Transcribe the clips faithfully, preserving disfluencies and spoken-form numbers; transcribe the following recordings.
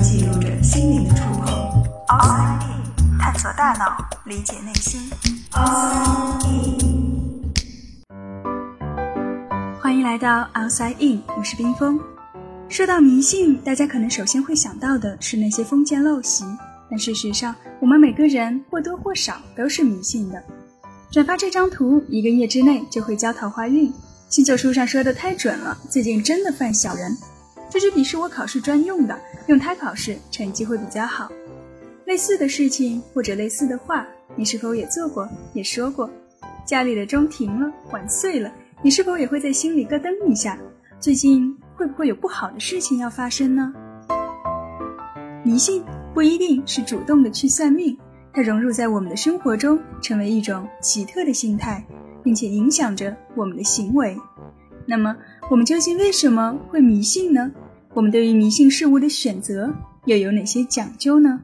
记录着心灵的触碰。Outside In， 探索大脑，理解内心。Outside In， 欢迎来到 Outside In， 我是冰峰。说到迷信，大家可能首先会想到的是那些封建陋习，但事实上，我们每个人或多或少都是迷信的。转发这张图，一个月之内就会交桃花运。星座书上说的太准了，最近真的犯小人。这支笔是我考试专用的，用它考试成绩会比较好。类似的事情或者类似的话，你是否也做过，也说过？家里的钟停了，碗碎了，你是否也会在心里咯噔一下？最近会不会有不好的事情要发生呢？迷信不一定是主动的去算命，它融入在我们的生活中，成为一种奇特的心态，并且影响着我们的行为。那么我们究竟为什么会迷信呢？我们对于迷信事物的选择又有哪些讲究呢？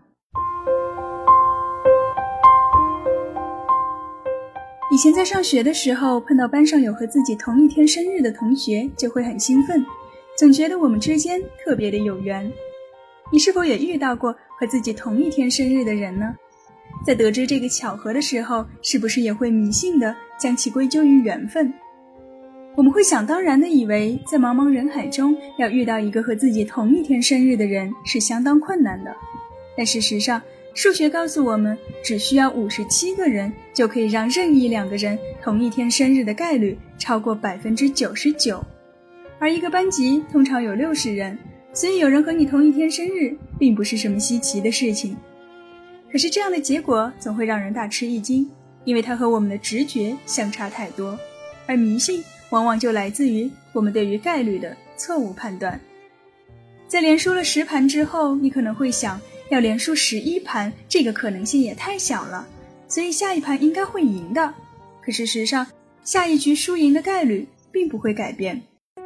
以前在上学的时候，碰到班上有和自己同一天生日的同学，就会很兴奋，总觉得我们之间特别的有缘。你是否也遇到过和自己同一天生日的人呢？在得知这个巧合的时候，是不是也会迷信的将其归咎于缘分？我们会想当然的以为，在茫茫人海中要遇到一个和自己同一天生日的人是相当困难的。但事实上，数学告诉我们，只需要五十七个人就可以让任意两个人同一天生日的概率超过 百分之九十九。 而一个班级通常有六十人，所以有人和你同一天生日并不是什么稀奇的事情。可是这样的结果总会让人大吃一惊，因为它和我们的直觉相差太多。而迷信往往就来自于我们对于概率的错误判断。在连输了十盘之后，你可能会想，要连输十一盘，这个可能性也太小了，所以下一盘应该会赢的。可事实上，下一局输赢的概率并不会改变。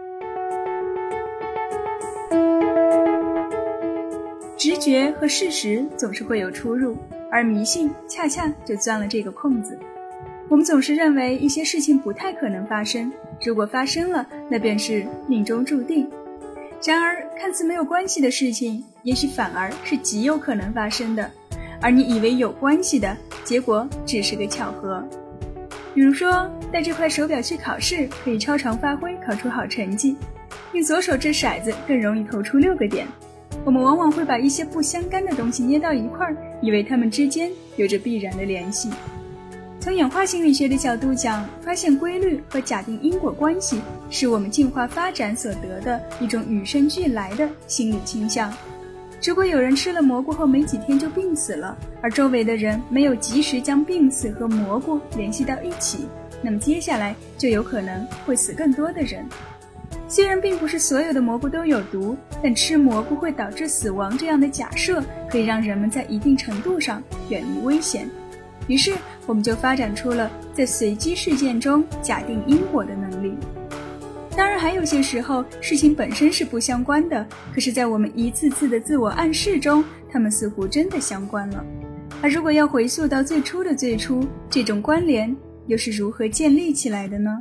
直觉和事实总是会有出入，而迷信恰恰就钻了这个空子。我们总是认为一些事情不太可能发生，如果发生了，那便是命中注定。然而看似没有关系的事情，也许反而是极有可能发生的，而你以为有关系的，结果只是个巧合。比如说，带这块手表去考试，可以超常发挥，考出好成绩；用左手掷骰子更容易投出六个点。我们往往会把一些不相干的东西捏到一块儿，以为它们之间有着必然的联系。从演化心理学的角度讲，发现规律和假定因果关系是我们进化发展所得的一种与生俱来的心理倾向。如果有人吃了蘑菇后没几天就病死了，而周围的人没有及时将病死和蘑菇联系到一起，那么接下来就有可能会死更多的人。虽然并不是所有的蘑菇都有毒，但吃蘑菇会导致死亡这样的假设，可以让人们在一定程度上远离危险。于是我们就发展出了在随机事件中假定因果的能力。当然还有些时候事情本身是不相关的，可是在我们一次次的自我暗示中，它们似乎真的相关了。而如果要回溯到最初的最初，这种关联又是如何建立起来的呢？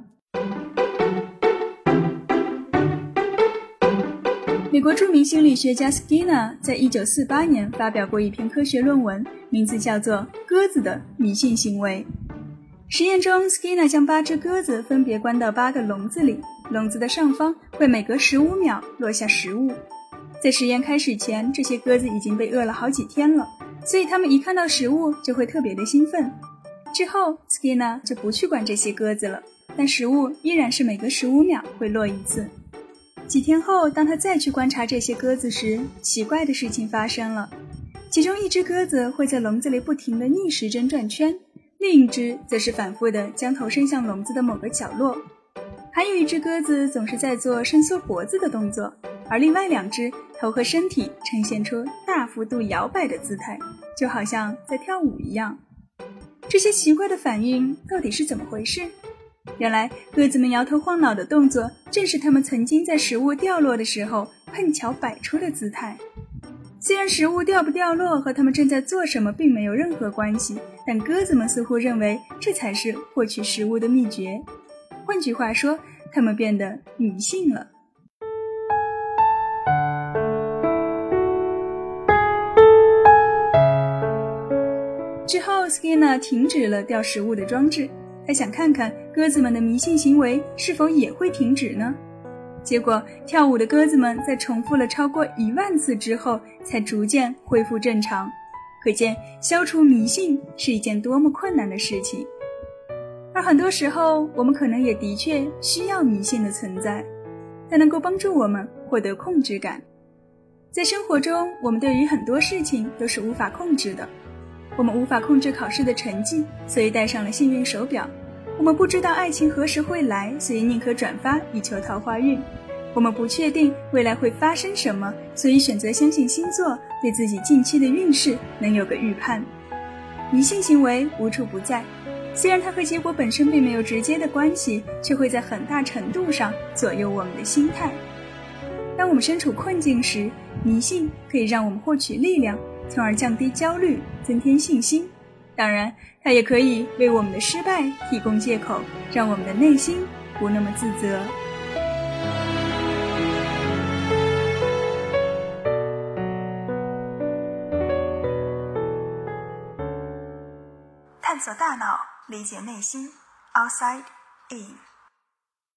美国著名心理学家 Skinner 在一九四八年发表过一篇科学论文，名字叫做《鸽子的迷信行为》。实验中 Skinner 将八只鸽子分别关到八个笼子里，笼子的上方会每隔十五秒落下食物。在实验开始前，这些鸽子已经被饿了好几天了，所以它们一看到食物就会特别的兴奋。之后 Skinner 就不去管这些鸽子了，但食物依然是每隔十五秒会落一次。几天后，当他再去观察这些鸽子时，奇怪的事情发生了。其中一只鸽子会在笼子里不停地逆时针转圈，另一只则是反复地将头伸向笼子的某个角落。还有一只鸽子总是在做伸缩脖子的动作，而另外两只头和身体呈现出大幅度摇摆的姿态，就好像在跳舞一样。这些奇怪的反应到底是怎么回事？原来鸽子们摇头晃脑的动作正是它们曾经在食物掉落的时候碰巧摆出的姿态。虽然食物掉不掉落和它们正在做什么并没有任何关系，但鸽子们似乎认为这才是获取食物的秘诀。换句话说，它们变得迷信了。 之后 Skinner 停止了掉食物的装置，他想看看鸽子们的迷信行为是否也会停止呢？结果跳舞的鸽子们在重复了超过一万次之后才逐渐恢复正常，可见消除迷信是一件多么困难的事情。而很多时候我们可能也的确需要迷信的存在，它能够帮助我们获得控制感。在生活中，我们对于很多事情都是无法控制的。我们无法控制考试的成绩，所以戴上了幸运手表。我们不知道爱情何时会来，所以宁可转发以求桃花运。我们不确定未来会发生什么，所以选择相信星座，对自己近期的运势能有个预判。迷信行为无处不在，虽然它和结果本身并没有直接的关系，却会在很大程度上左右我们的心态。当我们身处困境时，迷信可以让我们获取力量，从而降低焦虑，增添信心。当然，它也可以为我们的失败提供借口，让我们的内心不那么自责。探索大脑，理解内心 ，Outside In。